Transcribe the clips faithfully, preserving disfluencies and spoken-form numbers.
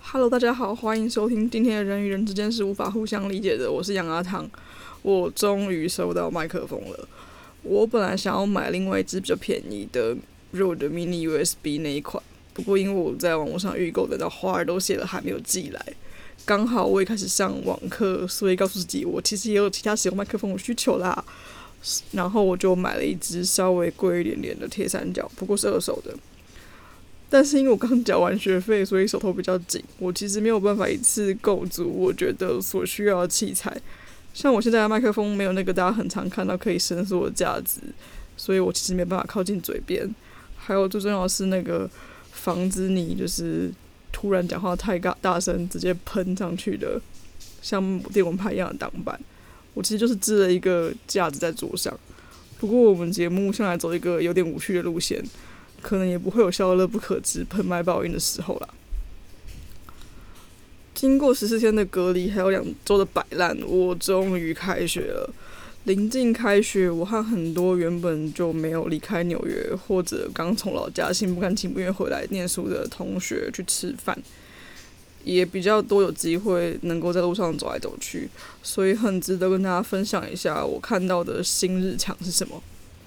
Hello， 大家好，欢迎收听今天的人与人之间是无法互相理解的。我是杨阿汤，我终于收到麦克风了。我本来想要买另外一支比较便宜的 Rode Mini U S B 那一款，不过因为我在网络上预购的，到花儿都谢了还没有寄来。刚好我也开始上网课，所以告诉自己我其实也有其他使用麦克风的需求啦。然后我就买了一支稍微贵一点点的铁三角，不过是二手的。但是因为我刚缴完学费，所以手头比较紧，我其实没有办法一次购足我觉得所需要的器材。像我现在的麦克风没有那个大家很常看到可以伸缩的架子，所以我其实没办法靠近嘴边。还有最重要的是那个防止你就是突然讲话太大声直接喷上去的，像电蚊拍一样的挡板。我其实就是支了一个架子在桌上。不过我们节目向来走一个有点无趣的路线，可能也不会有笑乐不可支喷麦爆音的时候啦。经过十四天的隔离，还有两周的摆烂，我终于开学了。临近开学，我和很多原本就没有离开纽约，或者刚从老家心不甘情不愿回来念书的同学去吃饭，也比较多有机会能够在路上走来走去，所以很值得跟大家分享一下我看到的新日常是什么。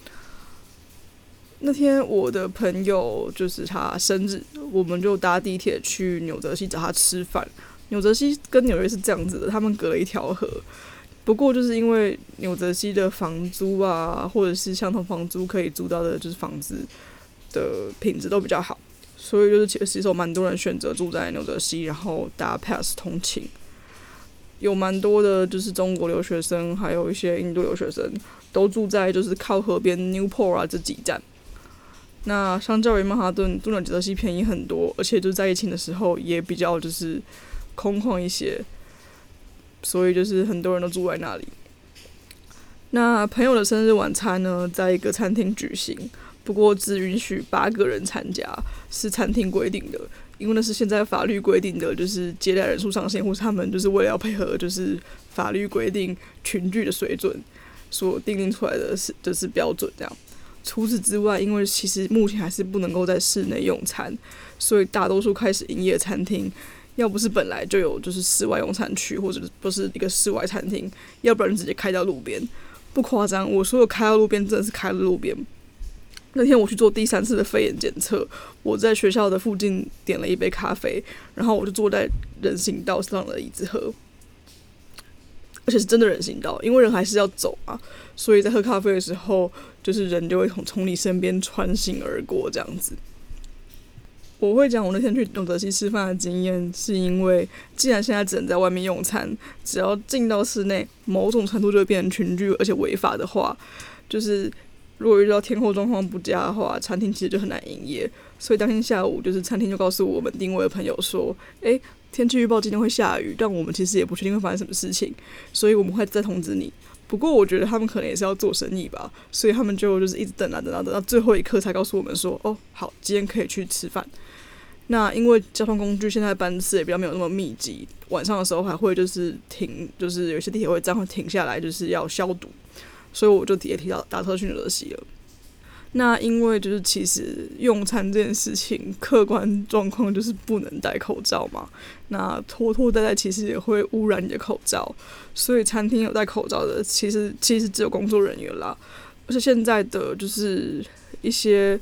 那天我的朋友就是他生日，我们就搭地铁去纽泽西找他吃饭。纽泽西跟纽约是这样子的，他们隔了一条河。不过就是因为纽泽西的房租啊，或者是相同房租可以租到的就是房子的品质都比较好，所以就是其实有蛮多人选择住在纽泽西，然后搭 Pass 通勤。有蛮多的就是中国留学生，还有一些印度留学生都住在就是靠河边 Newport 啊这几站。那相较于曼哈顿，住纽泽西便宜很多，而且就是在疫情的时候也比较就是空旷一些，所以就是很多人都住在那里。那朋友的生日晚餐呢，在一个餐厅举行，不过只允许八个人参加，是餐厅规定的，因为那是现在法律规定的，就是接待人数上限，或是他们就是为了要配合就是法律规定群聚的水准所订定出来的是就是标准这样。除此之外，因为其实目前还是不能够在室内用餐，所以大多数开始营业的餐厅，要不是本来就有就是室外用餐区，或者不是一个室外餐厅，要不然直接开到路边。不夸张，我说的开到路边真的是开到路边。那天我去做第三次的肺炎检测，我在学校的附近点了一杯咖啡，然后我就坐在人行道上的椅子喝。而且是真的人行道，因为人还是要走嘛，所以在喝咖啡的时候，就是人就会从从你身边穿行而过这样子。我会讲我那天去纽泽西吃饭的经验，是因为既然现在只能在外面用餐，只要进到室内，某种程度就会变成群聚，而且违法的话，就是如果遇到天候状况不佳的话，餐厅其实就很难营业。所以当天下午，就是餐厅就告诉我们定位的朋友说，诶，天气预报今天会下雨，但我们其实也不确定会发生什么事情，所以我们会再通知你。不过我觉得他们可能也是要做生意吧，所以他们就就是一直等啊等啊等到最后一刻才告诉我们说，哦，好，今天可以去吃饭。那因为交通工具现在班次也比较没有那么密集，晚上的时候还会就是停，就是有些地铁会站会停下来，就是要消毒，所以我就也提到打车去纽泽西了。那因为就是其实用餐这件事情，客观状况就是不能戴口罩嘛。那拖拖带带其实也会污染你的口罩，所以餐厅有戴口罩的，其实其实只有工作人员啦。而且现在的就是一些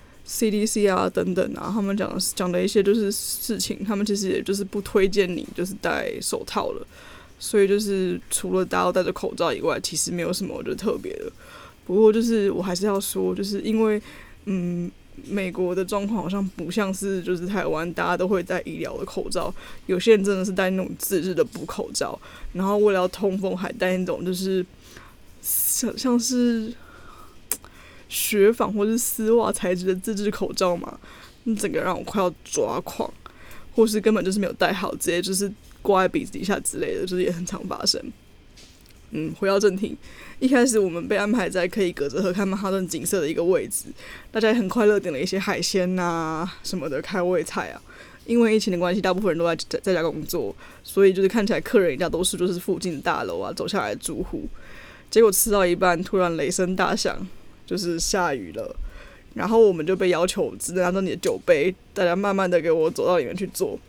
C D C 啊等等啊，他们讲讲的一些就是事情，他们其实也就是不推荐你就是戴手套了。所以就是除了大家都戴着口罩以外，其实没有什么我觉得特别的。不过就是我还是要说，就是因为嗯，美国的状况好像不像是就是台湾大家都会戴医疗的口罩，有些人真的是戴那种自制的布口罩，然后为了要通风还戴那种就是像像是雪纺或是丝袜材质的自制口罩嘛，那整个让我快要抓狂，或是根本就是没有戴好，直接就是挂在鼻子底下之类的，就是也很常发生。嗯，回到正题，一开始我们被安排在可以隔着河看曼哈顿景色的一个位置，大家也很快乐点了一些海鲜啊什么的开胃菜啊。因为疫情的关系，大部分人都在在家工作，所以就是看起来客人一大多数就是附近的大楼啊走下来的住户。结果吃到一半，突然雷声大响，就是下雨了。然后我们就被要求只能拿着你的酒杯，大家慢慢的给我走到里面去坐。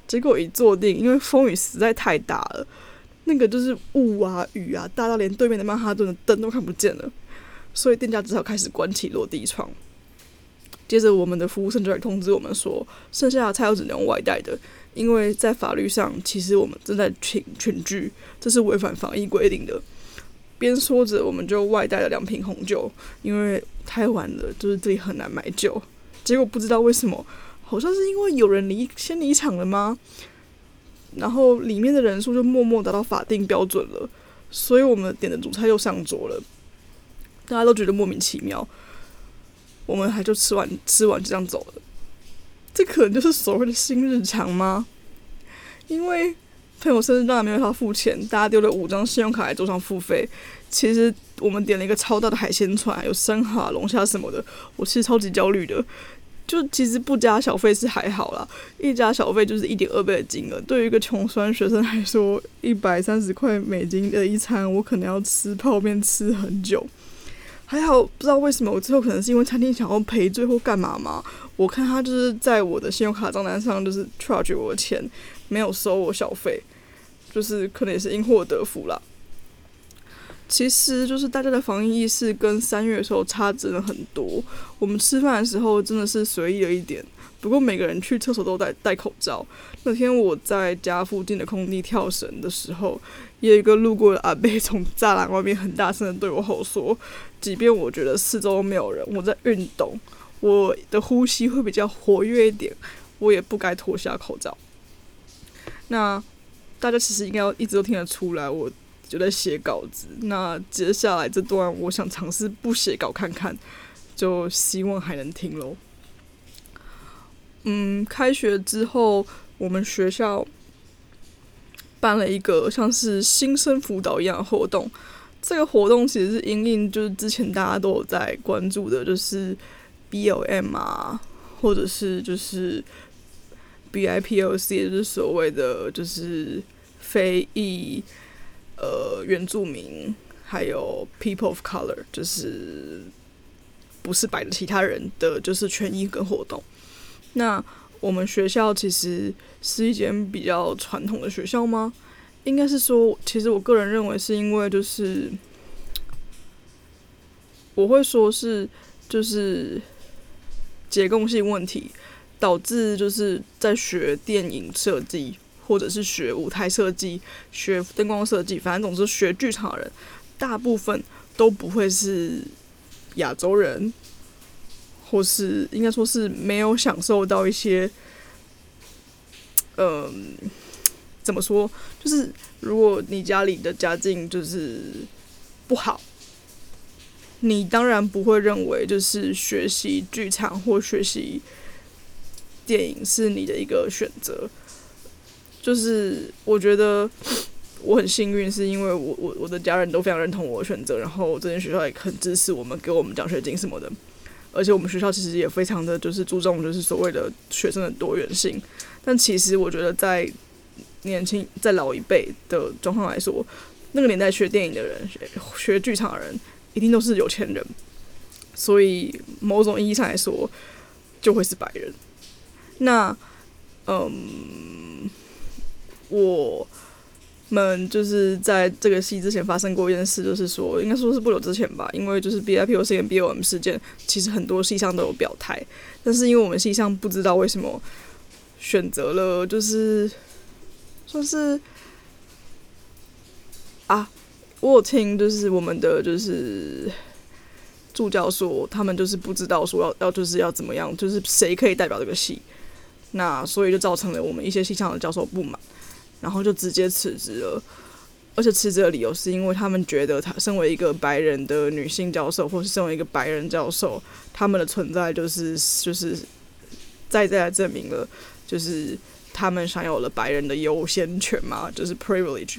结果一坐定，因为风雨实在太大了，那个就是雾啊雨啊，大到连对面的曼哈顿的灯都看不见了，所以店家只好开始关起落地窗。接着我们的服务生就来通知我们说，剩下的菜都只能用外带的，因为在法律上其实我们正在群群聚，这是违反防疫规定的。边说着我们就外带了两瓶红酒，因为太晚了，就是这里很难买酒。结果不知道为什么，好像是因为有人离先离场了吗？然后里面的人数就默默达到法定标准了，所以我们点的主菜又上桌了，大家都觉得莫名其妙。我们还就吃完吃完就这样走了，这可能就是所谓的新日常吗？因为朋友生日当然没有他付钱，大家丢了五张信用卡在桌上付费。其实我们点了一个超大的海鲜串，有生蚝、龙虾什么的，我其实超级焦虑的。就其实不加小费是还好啦，一加小费就是一点二倍的金额。对于一个穷酸学生来说，一百三十块美金的一餐，我可能要吃泡面吃很久。还好不知道为什么，我最后可能是因为餐厅想要赔罪或干嘛嘛，我看他就是在我的信用卡账单上就是 charge 我的钱，没有收我小费，就是可能也是因祸得福啦。其实就是大家的防疫意识跟三月的时候差真的很多，我们吃饭的时候真的是随意了一点，不过每个人去厕所都戴戴口罩。那天我在家附近的空地跳绳的时候，也有一个路过的阿伯从栅栏外面很大声的对我吼说，即便我觉得四周没有人，我在运动，我的呼吸会比较活跃一点，我也不该脱下口罩。那大家其实应该一直都听得出来，我就在写稿子。那接下来这段我想尝试不写稿看看，就希望还能听咯。嗯，开学之后，我们学校办了一个像是新生辅导一样的活动。这个活动其实是因应就是之前大家都有在关注的，就是 B L M 啊，或者是就是 B I P O C， 也就是所谓的就是非裔呃原住民，还有 People of Color， 就是不是白的其他人的就是权益跟活动。那我们学校其实是一间比较传统的学校吗？应该是说，其实我个人认为是因为就是我会说是就是结构性问题导致就是在学电影设计或者是学舞台设计、学灯光设计，反正总之学剧场的人，大部分都不会是亚洲人，或是应该说是没有享受到一些，嗯、呃，怎么说？就是如果你家里的家境就是不好，你当然不会认为就是学习剧场或学习电影是你的一个选择。就是我觉得我很幸运，是因为我我我的家人都非常认同我的选择，然后这间学校也很支持我们，给我们奖学金什么的。而且我们学校其实也非常的就是注重就是所谓的学生的多元性。但其实我觉得在年轻在老一辈的状况来说，那个年代学电影的人、学学剧场的人，一定都是有钱人，所以某种意义上来说，就会是白人。那嗯，我们就是在这个系之前发生过一件事，就是说，应该说是不久之前吧，因为就是 B I P O C 跟 B L M 事件，其实很多系上都有表态，但是因为我们系上不知道为什么选择了，就是算是啊，我有听就是我们的就是助教说，他们就是不知道说要要就是要怎么样，就是谁可以代表这个系，那所以就造成了我们一些系上的教授不满。然后就直接辞职了，而且辞职的理由是因为他们觉得他身为一个白人的女性教授，或是身为一个白人教授，他们的存在就是就是再再来证明了，就是他们享有了白人的优先权嘛，就是 privilege。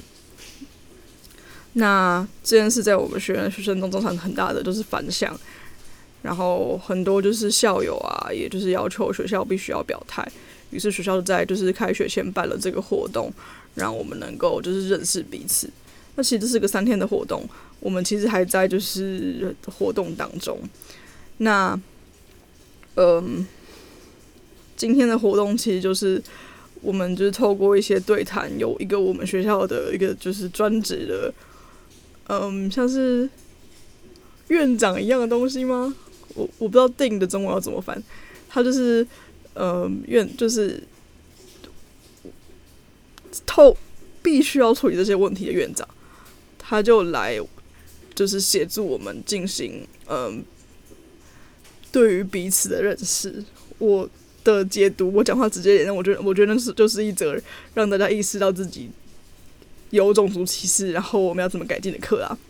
那这件事在我们学院学生中造成很大的就是反响，然后很多就是校友啊，也就是要求学校必须要表态。于是学校在就是开学前办了这个活动，让我们能够就是认识彼此。那其实这是个三天的活动，我们其实还在就是活动当中。那嗯，今天的活动其实就是我们就是透过一些对谈，有一个我们学校的一个就是专职的，嗯，像是院长一样的东西吗？我我不知道定的中文要怎么翻，他就是呃院就是透必须要处理这些问题的院长，他就来就是协助我们进行嗯对于彼此的认识。我的解读，我讲话直接一点，我觉得我觉得那是就是一则让大家意识到自己有种族歧视，然后我们要怎么改进的课啊。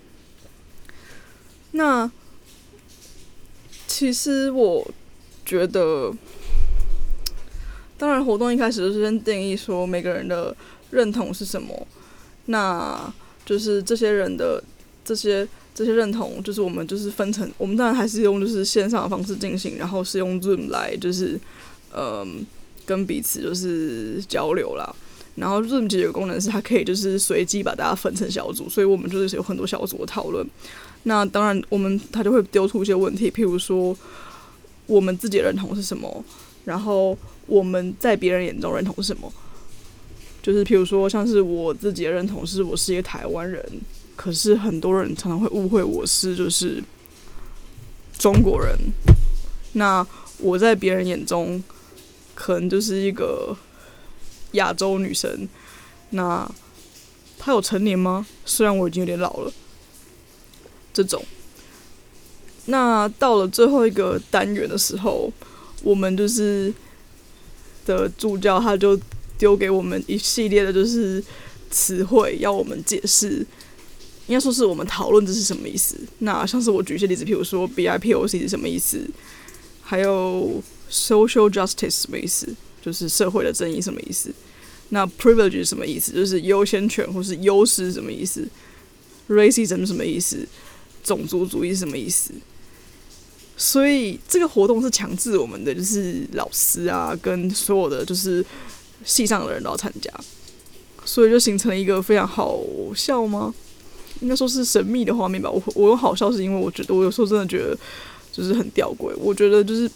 那其实我觉得，当然活动一开始就是先定义说每个人的认同是什么，那就是这些人的这些这些认同，就是我们就是分成，我们当然还是用就是线上的方式进行，然后是用 Zoom 来就是嗯跟彼此就是交流啦。然后 Zoom 其实有个功能是它可以就是随机把大家分成小组，所以我们就是有很多小组的讨论。那当然我们他就会丢出一些问题，譬如说我们自己的认同是什么，然后我们在别人眼中认同是什么。就是譬如说像是我自己的认同是我是一个台湾人，可是很多人常常会误会我是就是中国人，那我在别人眼中可能就是一个亚洲女生，那她有成年吗？虽然我已经有点老了，这种。那到了最后一个单元的时候，我们就是的助教他就丢给我们一系列的就是词汇，要我们解释，应该说是我们讨论这是什么意思。那像是我举一些例子，譬如说 B I P O C 是什么意思，还有 social justice 什么意思，就是社会的正义什么意思。那 privilege 是什么意思，就是优先权或是优势什么意思。racism 是什么意思，种族主义是什么意思。所以这个活动是强制我们的，就是老师啊跟所有的就是系上的人都要参加，所以就形成了一个非常好笑吗？应该说是神秘的画面吧。我我用好笑是因为我觉得我有时候真的觉得就是很吊诡。我觉得就是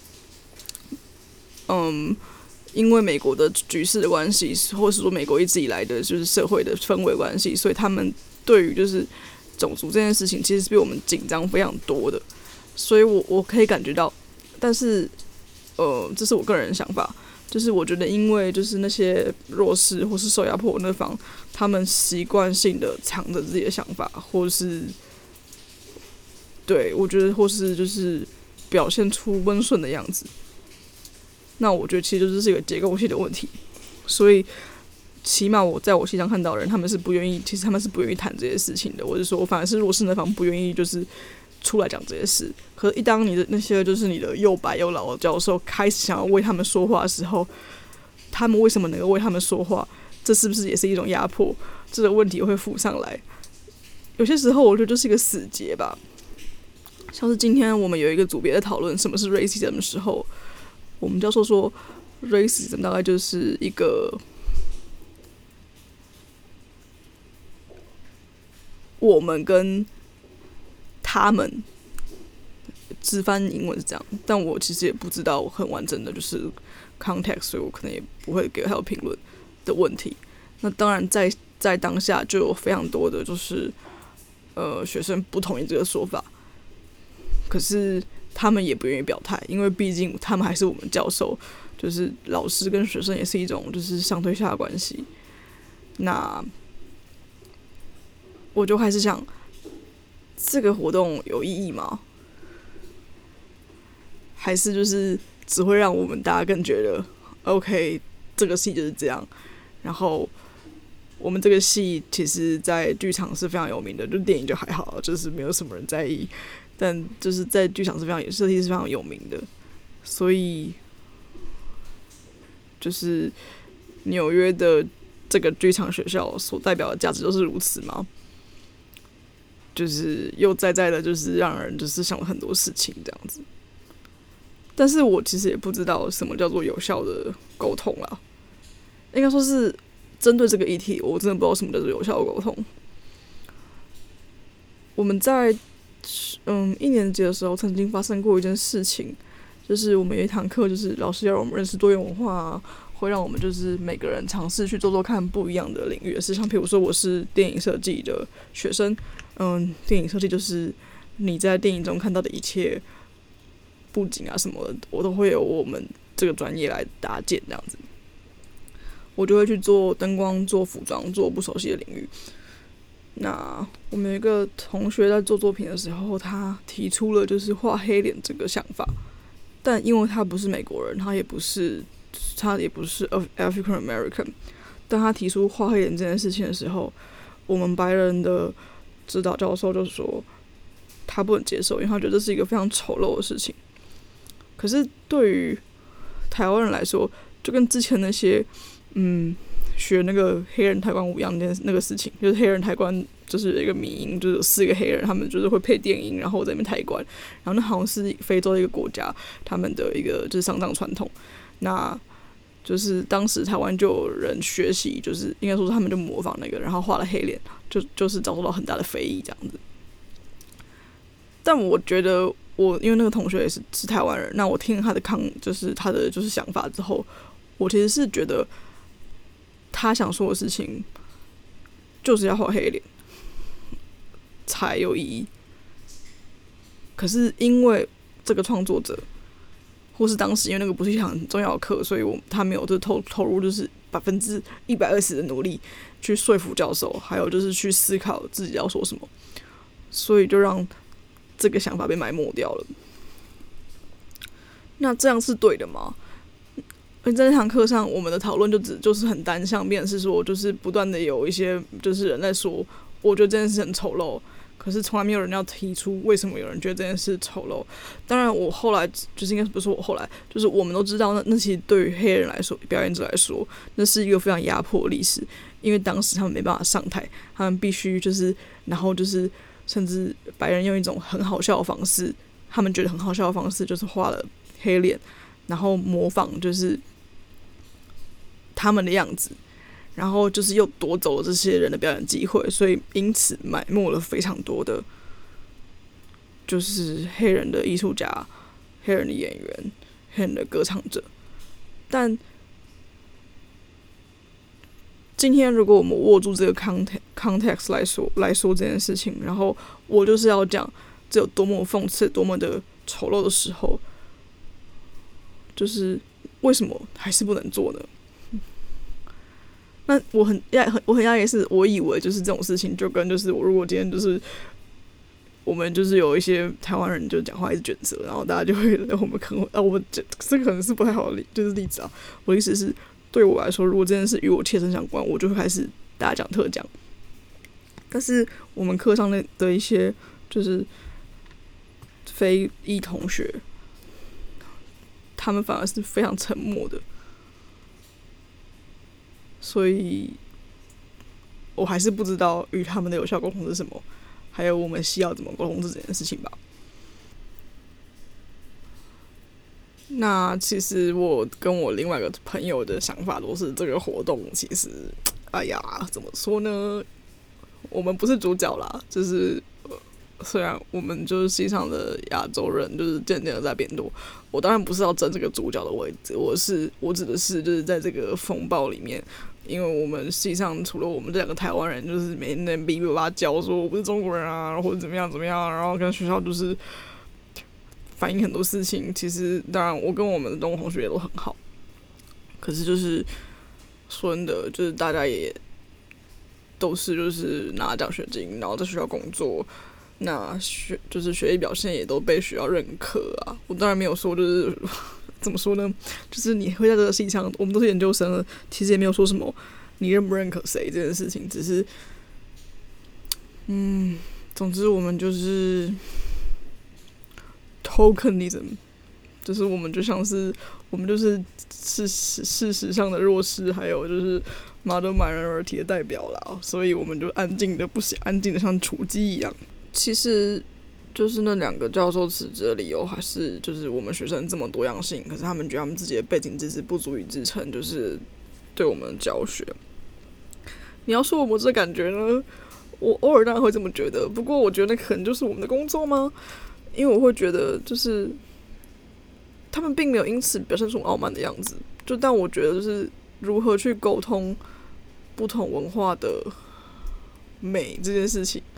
嗯，因为美国的局势的关系，或是说美国一直以来的就是社会的氛围关系，所以他们对于就是种族这件事情其实是比我们紧张非常多的。所以我我可以感觉到，但是呃，这是我个人的想法，就是我觉得因为就是那些弱势或是受压迫的那方，他们习惯性的藏着自己的想法，或是对我觉得或是就是表现出温顺的样子。那我觉得其实就是一个结构性的问题，所以起码我在我系上看到的人，他们是不愿意，其实他们是不愿意谈这些事情的。我是说，反而是弱势那方不愿意，就是出来讲这些事。可是，一当你的那些就是你的又白又老的教授开始想要为他们说话的时候，他们为什么能够为他们说话？这是不是也是一种压迫？这个问题会浮上来。有些时候，我觉得就是一个死结吧。像是今天我们有一个组别在讨论什么是 racism 的时候，我们教授说 racism 大概就是一个我们跟他们，直翻英文是这样，但我其实也不知道很完整的就是 context， 所以我可能也不会给他有评论的问题。那当然在在当下就有非常多的就是呃学生不同意这个说法，可是他们也不愿意表态，因为毕竟他们还是我们教授，就是老师跟学生也是一种就是上对下的关系。那我就开始想，这个活动有意义吗？还是就是只会让我们大家更觉得 OK， 这个戏就是这样。然后我们这个戏其实在剧场是非常有名的，就电影就还好，就是没有什么人在意，但就是在剧场是非常设计是非常有名的。所以就是纽约的这个剧场学校所代表的价值都是如此吗？就是又在在的，就是让人就是想了很多事情这样子。但是我其实也不知道什么叫做有效的沟通啦，应该说是针对这个议题，我真的不知道什么叫做有效的沟通。我们在嗯一年级的时候曾经发生过一件事情，就是我们有一堂课，就是老师要让我们认识多元文化啊， 会让我们就是每个人尝试去做做看不一样的领域的事，像比如说我是电影设计的学生，嗯，电影设计就是你在电影中看到的一切布景啊什么的，我都会有我们这个专业来搭建这样子。我就会去做灯光、做服装、做不熟悉的领域。那我们有一个同学在做作品的时候，他提出了就是画黑脸这个想法，但因为他不是美国人，他也不是他也不是 African American， 当他提出画黑脸这件事情的时候，我们白人的指导教授就说他不能接受，因为他觉得这是一个非常丑陋的事情。可是对于台湾人来说，就跟之前那些嗯学那个黑人抬棺舞一样的那个事情，就是黑人抬棺就是一个迷因，就是有四个黑人，他们就是会配电音，然后在那边抬棺，然后那好像是非洲的一个国家他们的一个就是丧葬传统。那就是当时台湾就有人学习，就是应该说是他们就模仿那个，然后画了黑脸，就就是遭受到很大的非议这样子。但我觉得我因为那个同学也是是台湾人，那我听了他的抗就是他的就是想法之后，我其实是觉得他想说的事情就是要画黑脸才有意义。可是因为这个创作者，或是当时因为那个不是一堂很重要的课，所以我他没有就投投入就是百分之一百二十的努力去说服教授，还有就是去思考自己要说什么，所以就让这个想法被埋没掉了。那这样是对的吗？在这堂课上，我们的讨论就只就是很单向，变成是说，就是不断的有一些就是人在说，我觉得这件事很丑陋，可是从来没有人要提出为什么有人觉得这件事丑陋。当然，我后来就是应该不是我后来，就是我们都知道那，那其实对于黑人来说，表演者来说，那是一个非常压迫的历史，因为当时他们没办法上台，他们必须就是，然后就是甚至白人用一种很好笑的方式，他们觉得很好笑的方式，就是画了黑脸，然后模仿就是他们的样子，然后就是又夺走了这些人的表演机会，所以因此埋没了非常多的就是黑人的艺术家、黑人的演员、黑人的歌唱者。但今天如果我们握住这个 context, context 来说来说这件事情，然后我就是要讲这有多么讽刺、多么的丑陋的时候，就是为什么还是不能做呢？那我很压，我很压抑是，我以为就是这种事情，就跟就是我如果今天就是我们就是有一些台湾人就讲话一直卷舌，然后大家就会我们可能啊，我们这这可能是不太好的例就是例子啊。我的意思是，对我来说，如果这件事与我切身相关，我就会开始大讲特讲。但是我们课上的的一些就是非裔同学，他们反而是非常沉默的。所以我还是不知道与他们的有效沟通是什么，还有我们需要怎么沟通这件事情吧。那其实我跟我另外一个朋友的想法都是，这个活动其实，哎呀，怎么说呢？我们不是主角啦，就是虽然我们就是系上的亚洲人，就是渐渐的在变多。我当然不是要争这个主角的位置，我是我指的是就是在这个风暴里面。因为我们系上除了我们这两个台湾人，就是每天哔哔叭叭叫说我不是中国人啊，或者怎么样怎么样，然后跟学校就是反映很多事情。其实当然我跟我们的中国同学也都很好，可是就是说真的，就是大家也都是就是拿奖学金，然后在学校工作，那学就是学业表现也都被学校认可啊。我当然没有说就是怎么说呢，就是你会在这个系上，我们都是研究生了，其实也没有说什么你认不认可谁这件事情，只是嗯，总之我们就是 tokenism， 就是我们就像是我们就是事实事实上的弱势，还有就是马德满人而体的代表啦，所以我们就安静的不行，安静的像雏鸡一样。其实就是那两个教授辞职的理由，还是就是我们学生这么多样性，可是他们觉得他们自己的背景知识不足以支撑，就是对我们的教学。你要说我们这感觉呢，我偶尔当然会这么觉得，不过我觉得可能就是我们的工作吗？因为我会觉得就是他们并没有因此表现出傲慢的样子。就但我觉得就是如何去沟通不同文化的美这件事情，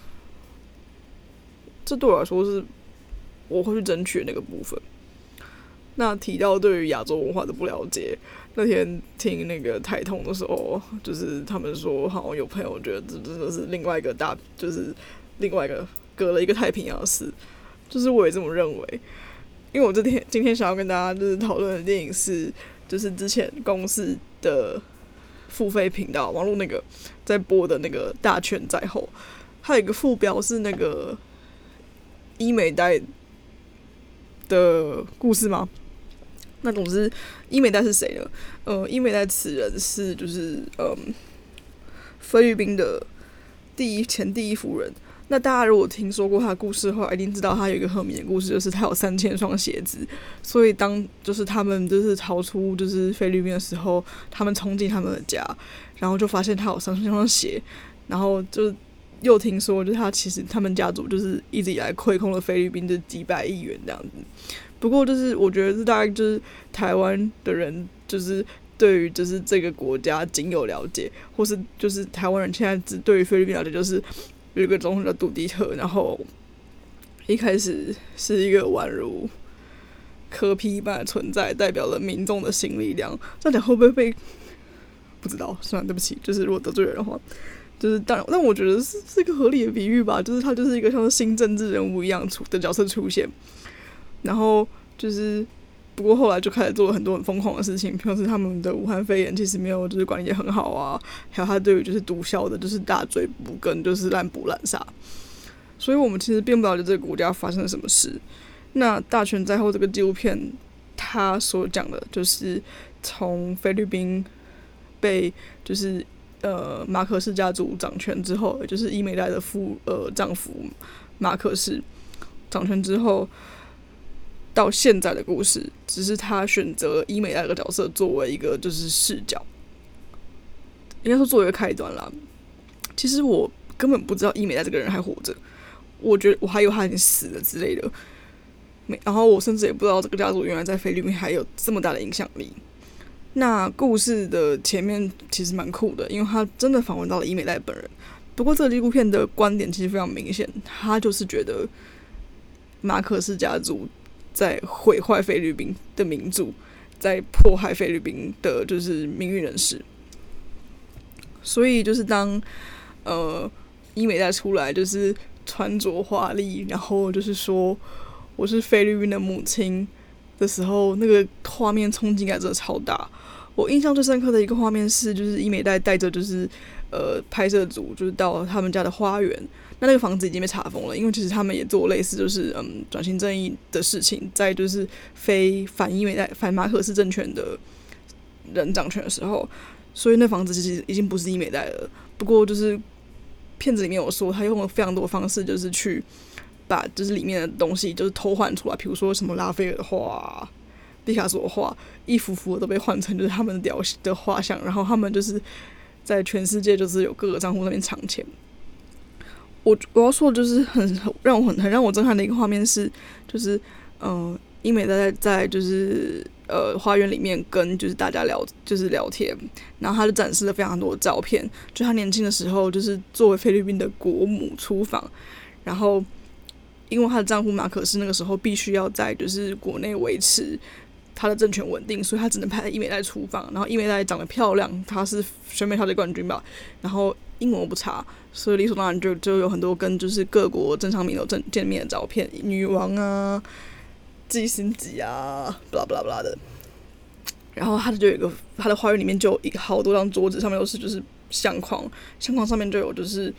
这对我来说是我会去争取的那个部分。那提到对于亚洲文化的不了解，那天听那个台通的时候，就是他们说好像有朋友觉得这真的是另外一个大，就是另外一个隔了一个太平洋的事，就是我也这么认为。因为我这天今天想要跟大家就是讨论的电影是，就是之前公视的付费频道网络那个在播的那个《大权在后》，它有一个副标是那个伊美代的故事吗？那总之，伊美代是谁呢？呃，伊美代此人是就是嗯菲律宾的第一前第一夫人。那大家如果听说过他的故事的话，一定知道他有一个很名的故事，就是他有三千双鞋子。所以当就是他们就是逃出就是菲律宾的时候，他们冲进他们的家，然后就发现他有三千双鞋，然后就又听说就是他其实他们家族就是一直以来亏空了菲律宾的几百亿元这样子。不过就是我觉得是大概就是台湾的人就是对于就是这个国家仅有了解，或是就是台湾人现在只对于菲律宾了解就是有一个总统叫杜迪特，然后一开始是一个宛如柯 P 一般的存在，代表了民众的新力量。这样讲会不会被不知道？算了，对不起，就是如果得罪人的话。就是当然，但我觉得是是一个合理的比喻吧，就是他就是一个像是新政治人物一样出的角色出现，然后就是不过后来就开始做了很多很疯狂的事情，比如是他们的武汉肺炎其实没有就是管理也很好啊，还有他对于就是毒枭的就是大追捕跟就是滥捕滥杀，所以我们其实并不了解这个国家发生了什么事。那《大权在后》这个纪录片，他所讲的就是从菲律宾被就是呃马可仕家族掌权之后，也就是伊美代的夫呃丈夫马可仕掌权之后到现在的故事，只是他选择伊美代这个角色作为一个就是视角，应该说作为一个开端啦。其实我根本不知道伊美代这个人还活着，我觉得我还以为他已经死了之类的。然后我甚至也不知道这个家族原来在菲律宾还有这么大的影响力。那故事的前面其实蛮酷的，因为他真的访问到了伊美代本人。不过这个纪录片的观点其实非常明显，他就是觉得马可仕家族在毁坏菲律宾的民主，在迫害菲律宾的就是民运人士。所以就是当呃伊美代出来就是穿着华丽，然后就是说我是菲律宾的母亲的时候，那个画面冲击感真的超大。我印象最深刻的一个画面是，就是伊美代带着就是呃拍摄组就是到他们家的花园，那那个房子已经被查封了，因为其实他们也做类似就是嗯转型正义的事情，在就是非反伊美代反马可仕政权的人掌权的时候，所以那房子其实已经不是伊美代了。不过就是片子里面有说，他用了非常多的方式，就是去把就是里面的东西就是偷换出来，比如说什么拉斐尔的画、毕卡索的画，一幅幅都被换成就是他们的雕的画像，然后他们就是在全世界就是有各个账户那边藏钱。我我要说的就是很让我很很让我震撼的一个画面是，就是嗯、呃，伊美代在在就是呃花园里面跟就是大家聊就是聊天，然后他就展示了非常多的照片，就他年轻的时候就是作为菲律宾的国母出访，然后因为他的丈夫马可仕那个时候必须要在就是国内维持他的政权稳定，所以他只能派伊美代出访。然后伊美代长得漂亮，她是选美跳水冠军吧，然后英文我不差，所以理所当然就就有很多跟就是各国政商名流见面的照片，女王啊、基辛吉啊，巴拉巴拉巴拉的。然后他就有一个他的花园里面就有一个好多张桌子，上面都是就是相框，相框上面就有就是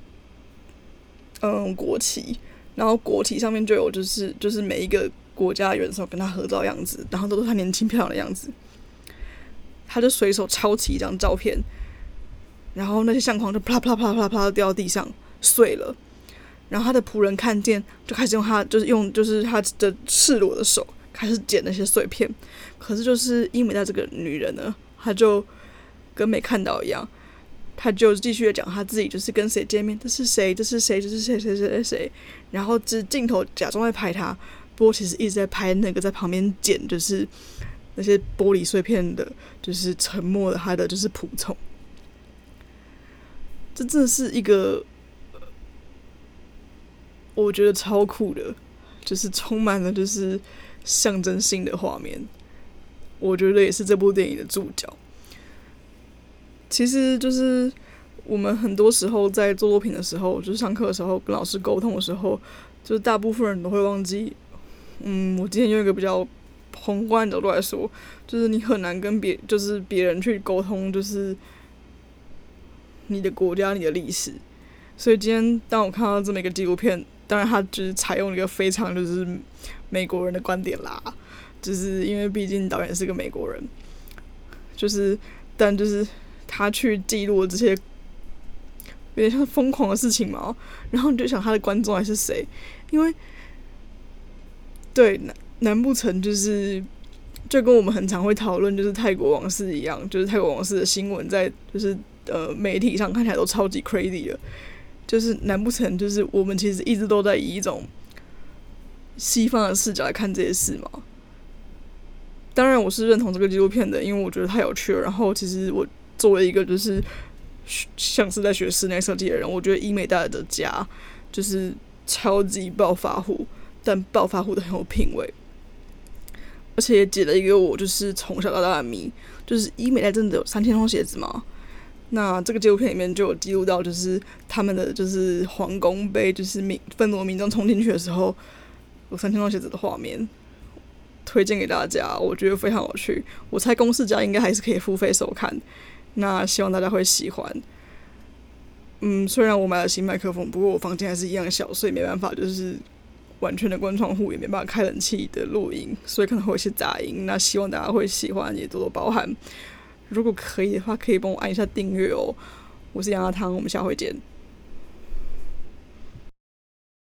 嗯国旗。然后国旗上面就有就是就是每一个国家的元首跟他合照的样子，然后都是他年轻漂亮的样子。他就随手抄起一张照片，然后那些相框就啪啦啪啦啪啦啪啦啪啦掉到地上碎了。然后他的仆人看见，就开始用他就是用就是他的赤裸的手开始捡那些碎片。可是就是伊美代这个女人呢，她就跟没看到一样。他就继续的讲他自己就是跟谁见面，这是谁，这是谁，这是谁谁谁谁谁，然后只镜头假装在拍他，不不过其实一直在拍那个在旁边捡，就是那些玻璃碎片的，就是沉没了他的就是仆从。这真的是一个我觉得超酷的，就是充满了就是象征性的画面。我觉得也是这部电影的注脚。其实就是我们很多时候在做作品的时候，就是上课的时候跟老师沟通的时候，就是大部分人都会忘记，嗯，我今天用一个比较宏观的角度来说，就是你很难跟别就是别人去沟通，就是你的国家、你的历史。所以今天当我看到这么一个纪录片，当然它就是采用了一个非常就是美国人的观点啦，就是因为毕竟导演是个美国人，就是但就是他去记录这些有点像疯狂的事情嘛，然后你就想他的观众还是谁？因为对难难不成就是就跟我们很常会讨论就是泰国往事一样，就是泰国往事的新闻在就是呃媒体上看起来都超级 crazy 的，就是难不成就是我们其实一直都在以一种西方的视角来看这些事吗？当然我是认同这个纪录片的，因为我觉得太有趣了。然后其实我作为一个就是像是在学室内设计的人，我觉得伊美代尔的家就是超级暴发户，但暴发户的很有品味，而且也解了一个我就是从小到大的谜，就是伊美代真的有三千双鞋子吗？那这个纪录片里面就有记录到，就是他们的就是皇宫被就是民愤怒的民众冲进去的时候，有三千双鞋子的画面，推荐给大家，我觉得非常有趣。我猜公视家应该还是可以付费收看，那希望大家会喜欢。嗯，虽然我买了新麦克风，不过我房间还是一样小，所以没办法就是完全的关窗户，也没办法开冷气的录音，所以可能会有一些杂音。那希望大家会喜欢，也多多包涵。如果可以的话，可以帮我按一下订阅哦。我是杨阿汤，我们下回见。